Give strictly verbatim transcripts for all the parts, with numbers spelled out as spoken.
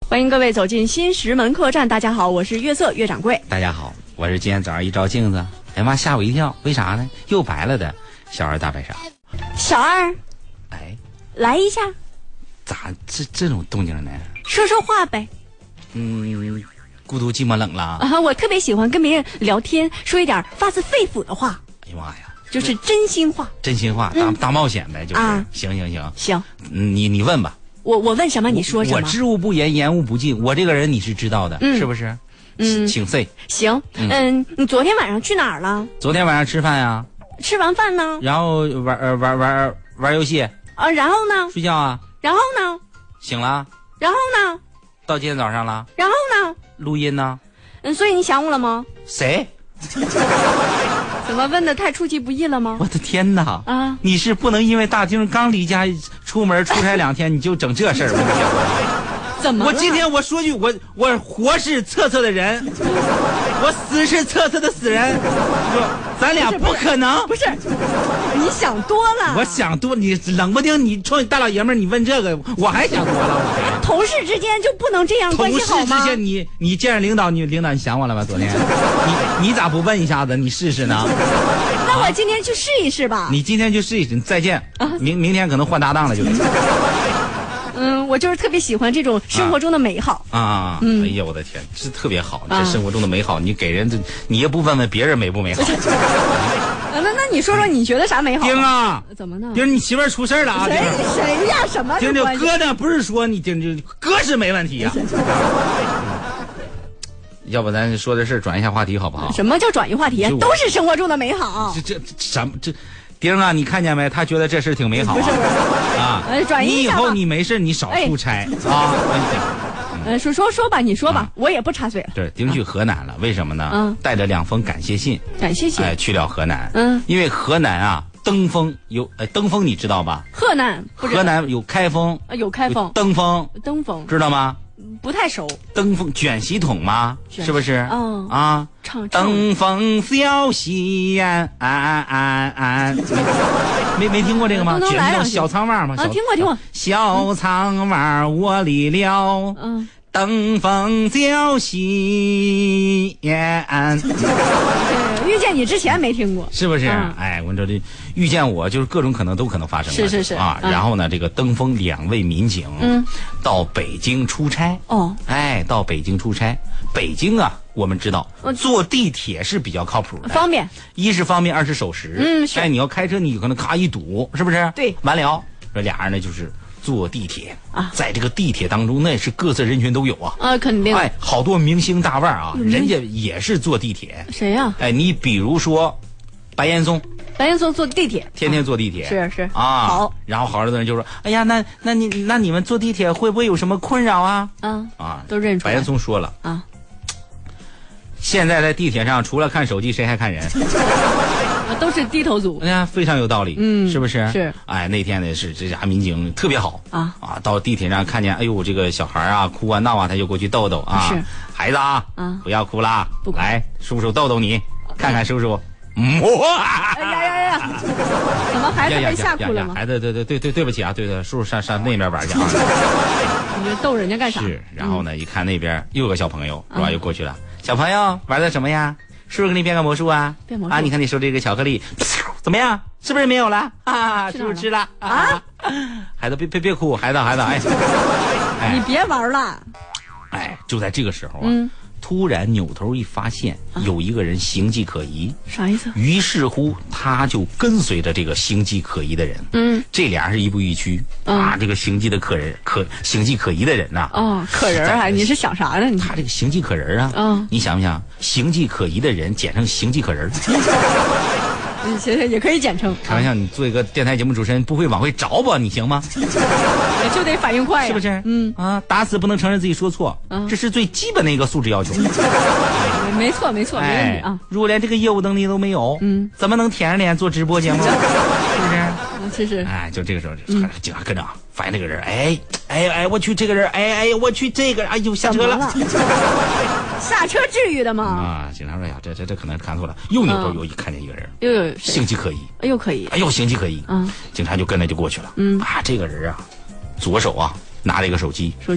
欢迎各位走进新石门客栈。大家好，我是月色岳掌柜。 大家好，我是今天早上一照镜子，哎妈吓我一跳，为啥呢？又白了的小二大白鲨。 小二， 哎， 来一下， 咋这这种动静呢？ 说说话呗。 嗯，孤独寂寞冷了啊！我特别喜欢跟别人聊天，说一点发自肺腑的话。 哎呀妈呀， 就是真心话， 真心话，大、嗯、大冒险呗，就是。啊、行行行行， 嗯，你你问吧。 我我问什么你说什么。 我知无不言，言无不尽。我这个人你是知道的，嗯、是不是？嗯，请 say。 行，嗯, 嗯，你昨天晚上去哪儿了？ 昨天晚上吃饭呀。 吃完饭呢？ 然后玩呃玩玩玩游戏。 啊，然后呢？ 睡觉啊。 然后呢？ 醒了。 然后呢？ 到今天早上了。 然后呢？ 录音呢。 嗯，所以你想我了吗？ 谁？ 怎么问的太出其不意了吗？ 我的天哪！啊，你是不能因为大丁刚离家出门出差两天你就整这事儿。我跟你讲， 怎么了？ 我今天我说句，我我活是测测的人，我死是测测的死人。说咱俩不可能。 不是，你想多了。 我想多，你冷不丁你冲你大老爷们儿，你问这个，我还想多了。我同事之间就不能这样关系好吗？ 同事之间，你你见着领导，你领导你想我了吗？昨天，你你咋不问一下子？你试试呢？ 那我今天去试一试吧。 啊、你今天去试一试，再见。啊、明明天可能换搭档了，就。 嗯，我就是特别喜欢这种生活中的美好啊！啊嗯、哎呀，我的天，这特别好，这生活中的美好，你给人这，你也不问问别人美不美好？ 那那你说说，你觉得啥美好？ 丁啊， 怎么呢？ 丁，你媳妇儿出事了啊！ 谁谁呀？什么？ 丁丁哥呢？不是说你丁丁哥是没问题呀、啊。要不咱说这事转一下话题好不好？ 什么叫转移话题？都是生活中的美好。 这这什么这？丁啊，你看见没？他觉得这事挺美好、啊。 不是不是啊， 呃，转移你以后你没事你少出差、哎、啊。 呃，说说说吧，你说吧，啊、我也不插嘴了。 对，丁去河南了，为什么呢？ 嗯， 带着两封感谢信。 感谢信。 哎，去了河南。 嗯， 因为河南啊，登封有，哎，登封你知道吧？ 河南， 河南有开封， 啊，有开封， 登封， 登封， 知道吗？ 不太熟。 登封卷席筒吗？是不是？ 嗯啊， 唱登封小西安，安安安。没没听过这个吗？卷席筒小苍娃吗？ 啊，听过听过。 小苍娃我离了，嗯，登封小西安。 遇见你之前没听过， 是不是？嗯、哎，我这这遇见我就是各种可能都可能发生。 是是是啊， 嗯、 然后呢，这个登封两位民警，嗯，到北京出差。 哦， 哎，到北京出差。北京啊，我们知道坐地铁是比较靠谱的， 方便。 一是方便，二是守时。 嗯，是。 哎，你要开车，你可能咔一堵，是不是？ 对。 完了，这俩人呢就是坐地铁啊，在这个地铁当中，那是各色人群都有啊。 啊，肯定。 哎，好多明星大腕啊，人家也是坐地铁。 谁呀、啊？ 哎，你比如说白岩松。 白岩松坐地铁， 天天坐地铁， 是是啊。 好， 然后好多人就说：“哎呀，那那你那你们坐地铁会不会有什么困扰啊？” 嗯啊， 都认出来。 白岩松说了啊，现在在地铁上除了看手机，谁还看人？ 都是低头族。 哎呀，非常有道理，嗯，是不是？ 是。 哎，那天呢是这家民警特别好啊啊，到地铁上看见，哎呦，这个小孩啊哭啊闹啊，他就过去逗逗啊， 是孩子啊， 啊不要哭啦， 不哭来，叔叔逗逗你，看看叔叔。 哇！哎呀呀呀！怎么孩子被吓哭了吗？ 孩子，对对对对对不起啊，对对，叔叔上上那边玩去啊。 你这逗人家干啥？ 是，然后呢，一看那边又有个小朋友是吧，又过去了。小朋友玩的什么呀？叔叔给你变个魔术啊！ 变魔术啊！你看你手里这个巧克力，怎么样？是不是没有了？啊！叔叔吃了啊！孩子别别别哭，孩子孩子哎， 你别玩了。 哎，就在这个时候啊。突然扭头一发现，有一个人形迹可疑， 啥意思？ 于是乎，他就跟随着这个形迹可疑的人。嗯，这俩是一步一趋、嗯、啊。这个形迹的可人可形迹可疑的人呐、 啊，哦，可人还你是想啥呢？你他这个形迹可人啊， 嗯， 你想不想形迹可疑的人简称形迹可人？ 行行，也可以简称。 开玩笑，你做一个电台节目主持人，不会往回找吧？你行吗？ 就得反应快、啊， 是不是？嗯啊，打死不能承认自己说错，嗯，这是最基本的一个素质要求。 没错没错，没问题啊。 如果连这个业务能力都没有，嗯，怎么能舔着脸做直播节目？是不是？ 嗯，是是。 哎，就这个时候，警察跟着发现这个人，哎哎哎，我去这个人，哎哎，我去这个，哎呦下车了。 下车至于的吗？ 啊！警察说呀，这这这可能是看错了，又扭头又一看见一个人， 又有形迹可疑， 哎呦可疑， 哎呦形迹可疑， 嗯， 警察就跟着就过去了，嗯啊，这个人啊，左手啊拿了一个手机， 手机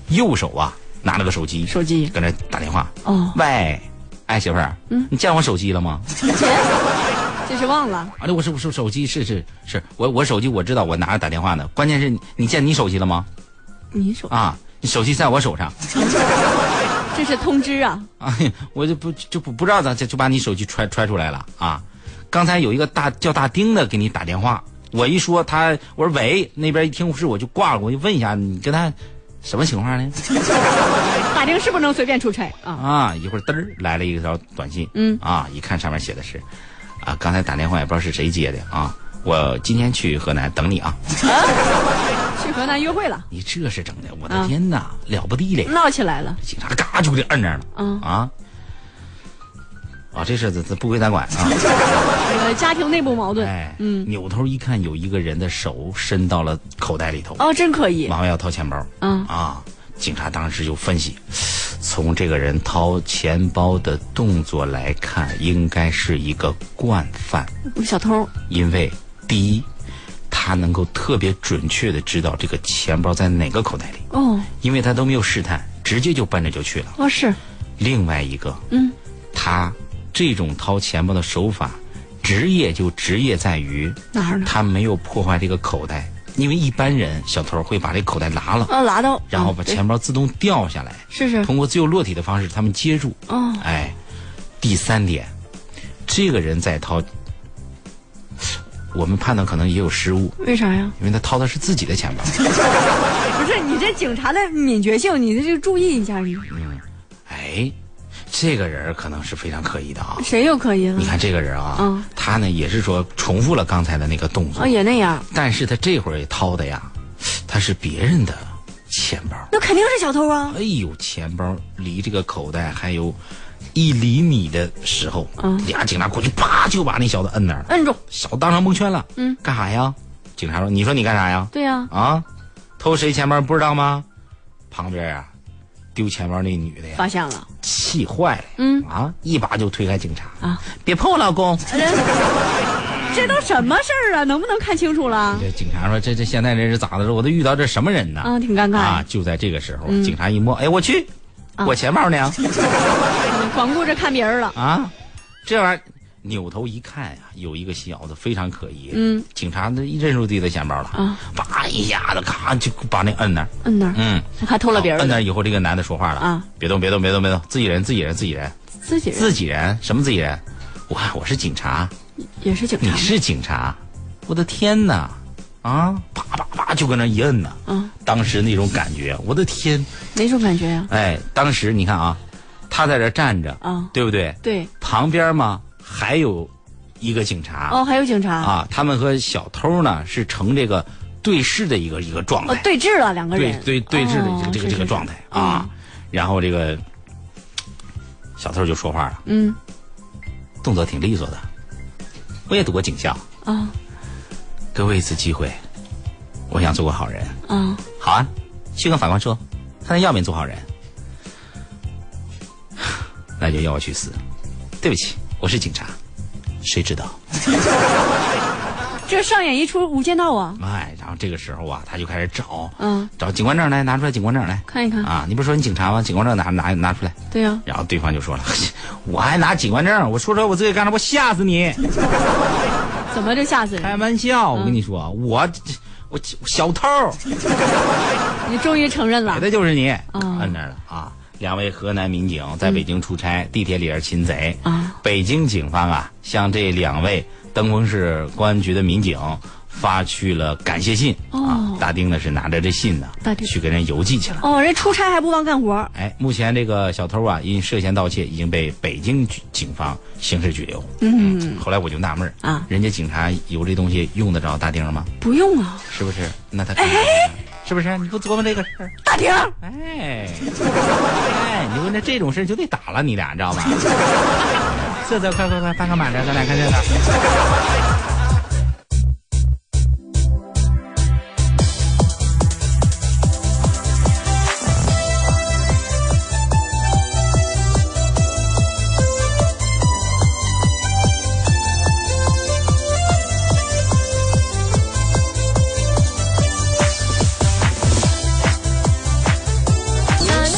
右手啊拿了个手机， 手机跟那打电话。 哦， 喂，哎媳妇儿，嗯，你见我手机了吗？ 这是忘了。 啊，我是我是手机是是是我我手机我知道我拿着打电话呢，关键是你你见你手机了吗？ 你手啊，你手机在我手上。 这是通知啊！ 啊，我就不就不不知道咋就就把你手机揣揣出来了啊！刚才有一个大叫大丁的给你打电话，我一说他，我说喂，那边一听是我就挂了，我就问一下你跟他什么情况呢？ 大丁是不能随便出差啊！ 啊，一会儿嘚儿来了一条短信， 嗯啊，一看上面写的是，啊，刚才打电话也不知道是谁接的啊，我今天去河南等你啊。啊去河南约会了， 你这是整的，我的天哪，啊、了不地嘞！ 闹起来了， 警察嘎就给摁那儿了。嗯啊，啊，这事这这不归咱管啊。 呃，家庭内部矛盾。 哎，嗯，扭头一看，有一个人的手伸到了口袋里头。 哦，真可以。 往外要掏钱包。嗯啊，警察当时就分析，从这个人掏钱包的动作来看，应该是一个惯犯， 小偷。 因为第一。他能够特别准确的知道这个钱包在哪个口袋里哦，因为他都没有试探，直接就奔着就去了。 哦，是。 另外一个，嗯，他这种掏钱包的手法，职业就职业在于哪儿呢？ 他没有破坏这个口袋，因为一般人小偷会把这口袋拿了， 哦，拿到， 然后把钱包自动掉下来， 是是， 通过自由落体的方式，他们接住。哦，哎，第三点，这个人在掏。我们判断可能也有失误， 为啥呀？ 因为他掏的是自己的钱包。 不是你这警察的敏觉性，你这就注意一下你。 嗯，哎，这个人可能是非常可疑的啊。 谁又可疑了？ 你看这个人啊，嗯，他呢也是说重复了刚才的那个动作， 哦，也那样。 但是他这会儿也掏的呀，他是别人的钱包。 那肯定是小偷啊！ 哎呦，钱包离这个口袋还有。一厘米的时候，嗯，俩警察过去，啪就把那小子摁那儿了， 摁住， 小子当场蒙圈了。嗯，干啥呀？警察说：“你说你干啥呀？” 对呀， 啊，偷谁钱包不知道吗？旁边啊，丢钱包那女的呀， 发现了， 气坏了。嗯，啊，一把就推开警察啊， 别碰我老公。 这都什么事儿啊？能不能看清楚了？ 这警察说：“这这现在这是咋的？我都遇到这什么人呢？” 啊，挺尴尬啊！就在这个时候，嗯、警察一摸，哎，我去，啊、我钱包呢？ 光顾着看别人了啊！这玩意儿扭头一看呀，有一个小子非常可疑。嗯，警察那认出自己的钱包了啊！叭一下子，咔就把那摁那儿， 摁那儿。 嗯， 还偷了别人。 摁那儿以后，这个男的说话了啊！别动，别动，别动，别动！自己人，自己人，自己人， 自己人， 自己人，什么自己人？我我是警察， 也是警察。 你是警察？我的天哪！啊，啪啪啪就跟那一摁呢。嗯，当时那种感觉，我的天！ 哪种感觉呀？ 哎，当时你看啊。他在这站着啊，对不对？ 对， 旁边嘛还有一个警察哦，还有警察啊，他们和小偷呢是呈这个对视的一个一个状态， 哦，对峙了两个人， 对对对峙的这个、哦、这个这个状态啊，嗯、然后这个小偷就说话了，嗯，动作挺利索的，我也读过警校啊、哦，给我一次机会，我想做个好人啊、哦，好啊，去跟法官说，看他要没做好人。那就要我去死！对不起，我是警察，谁知道？ 这上演一出无间道啊！ 哎，然后这个时候啊，他就开始找，嗯，找警官证来，拿出来警官证来看一看啊！你不是说你警察吗？警官证拿拿拿出来。 对呀、啊。 然后对方就说了：“我还拿警官证？我说出来我自己干啥？我吓死你！” 怎么就吓死人？ 开玩笑，我跟你说，嗯、我我小偷。 你终于承认了， 给的就是你，嗯，摁那儿了啊！两位河南民警在北京出差，嗯、地铁里边擒贼啊！北京警方啊，向这两位登封市公安局的民警发去了感谢信。哦，啊、大丁呢是拿着这信呢，去给人邮寄去了。 哦，人出差还不忘干活。 哎，目前这个小偷啊，因涉嫌盗窃，已经被北京警方刑事拘留。嗯，嗯后来我就纳闷啊，人家警察有这东西用得着大丁吗？ 不用啊， 是不是？那他。哎是不是？你不琢磨这个事儿， 大丁？ 哎，哎，你问这这种事就得打了你俩，你知道吗？瑟瑟，快快快，翻个马扎，咱俩看热闹。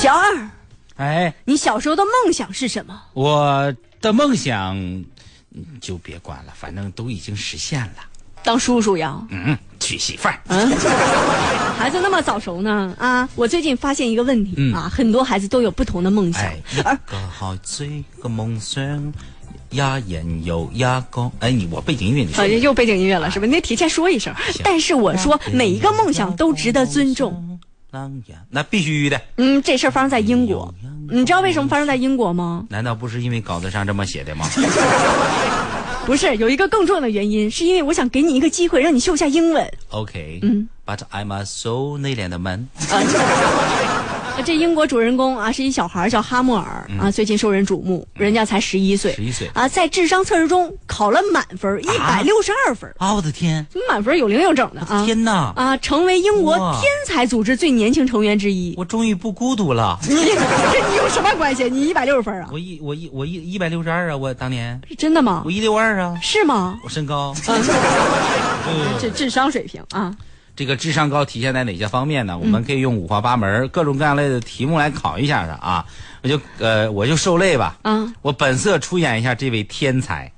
小二， 哎， 你小时候的梦想是什么？ 我的梦想就别管了，反正都已经实现了。 当叔叔呀？ 嗯，娶媳妇儿。 嗯，孩子那么早熟呢？啊，我最近发现一个问题、嗯、啊，很多孩子都有不同的梦想。 哎，一個孩子嘅夢想，呀人有呀高。哎，你我背景音樂你說、啊， 又背景音樂了是吧？你得提前說一聲。但是我說每一個夢想都值得尊重。 那必須的。 嗯，這事兒發生在英國，你知道為什麼發生在英國嗎？ 難道不是因為稿子上這麼寫的嗎？ 不是，有一個更重要的原因，是因為我想給你一個機會，讓你秀一下英文。 OK， 嗯 ，But I'm a so 內斂的 man。 这英国主人公啊，是一小孩叫哈默尔、嗯、啊，最近受人瞩目，嗯、人家才十一岁， 十一岁啊，在智商测试中考了满分，一百六十二分。 啊，我的天， 满分有零有整的啊！ 天哪！ 啊，成为英国天才组织最年轻成员之一。 我终于不孤独了。 你跟你有什么关系？你一百六十分啊？ 我一我一我一一百六十二啊！我当年是真的吗？ 我一六二啊？ 是吗？ 我身高， 这智商水平啊。 这个智商高体现在哪些方面呢？我们可以用五花八门、各种各样类的题目来考一下它啊！我就呃，我就受累吧。啊，我本色出演一下这位天才。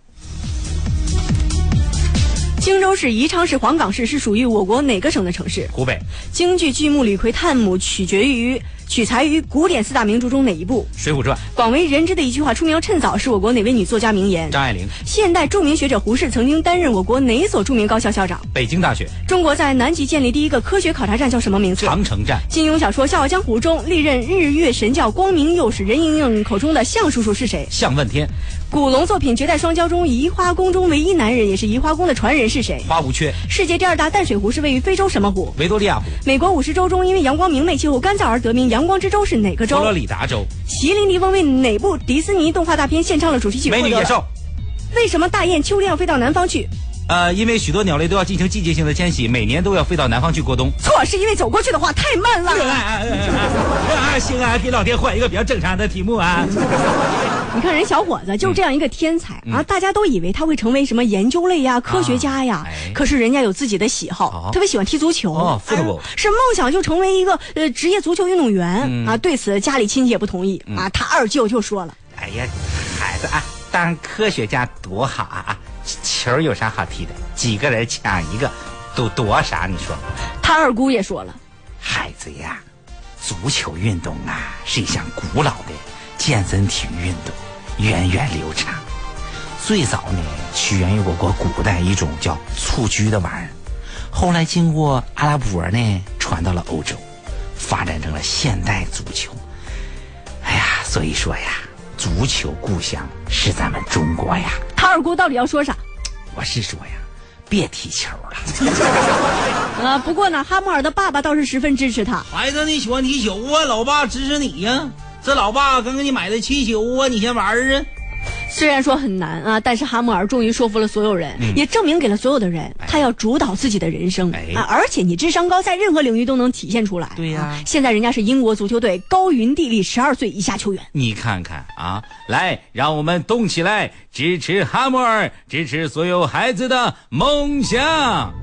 荆州市、宜昌市、黄冈市是属于我国哪个省的城市？ 湖北。 京剧剧目《李逵探母》取决于取材于古典四大名著中哪一部？ 《水浒传》。 广为人知的一句话“出名要趁早”是我国哪位女作家名言？ 张爱玲。 现代著名学者胡适曾经担任我国哪所著名高校校长？ 北京大学。 中国在南极建立第一个科学考察站叫什么名字？ 长城站。 金庸小说《笑傲江湖》中历任日月神教光明右使任盈盈口中的项叔叔是谁？ 项问天。 古龙作品《绝代双骄》中移花宫中唯一男人也是移花宫的传人是谁？ 花无缺。 世界第二大淡水湖是位于非洲什么湖？ 维多利亚湖。 美国五十州中因为阳光明媚、气候干燥而得名阳光之州是哪个州？ 佛罗里达州。 席琳迪翁为哪部迪士尼动画大片献唱了主题曲？ 美女野兽。 为什么大雁秋天要飞到南方去？ 呃，因为许多鸟类都要进行季节性的迁徙，每年都要飞到南方去过冬。 错，是因为走过去的话太慢了。 啊，行啊，给老爹换一个比较正常的题目啊。 你看人小伙子就这样一个天才、嗯、啊，大家都以为他会成为什么研究类呀、科学家呀，啊哎、可是人家有自己的喜好，哦、特别喜欢踢足球， 哦， 哎、是梦想就成为一个呃职业足球运动员、嗯、啊。对此家里亲戚也不同意、嗯、啊，他二舅就说了：“ 哎呀，孩子啊，当科学家多好啊！球有啥好踢的？几个人抢一个，都多啥？你说？” 他二姑也说了：“ 孩子呀，足球运动啊是一项古老的健身体育运动，源远流长。最早呢，起源于我国古代一种叫蹴鞠的玩意儿，后来经过阿拉伯呢，传到了欧洲，发展成了现代足球。哎呀，所以说呀，足球故乡是咱们中国呀。” 他二姑到底要说啥？ 我是说呀，别踢球了。 呃，不过呢，哈默尔的爸爸倒是十分支持他。 孩子，你喜欢踢球啊，老爸支持你呀。这老爸刚给你买的气球啊，你先玩啊。 虽然说很难啊，但是哈默尔终于说服了所有人、嗯、也证明给了所有的人、哎、他要主导自己的人生、哎、啊！而且你智商高，在任何领域都能体现出来。 对呀、啊， 现在人家是英国足球队高云地利十二岁以下球员。 你看看啊，来，让我们动起来，支持哈默尔，支持所有孩子的梦想。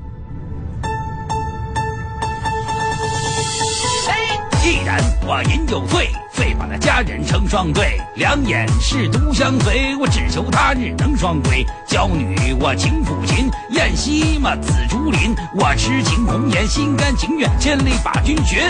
既然我饮有醉，遂把那佳人成双对，两眼是独相随，我只求他日能双归。娇女我情抚琴，燕西嘛紫竹林，我痴情红颜，心甘情愿，千里把君寻。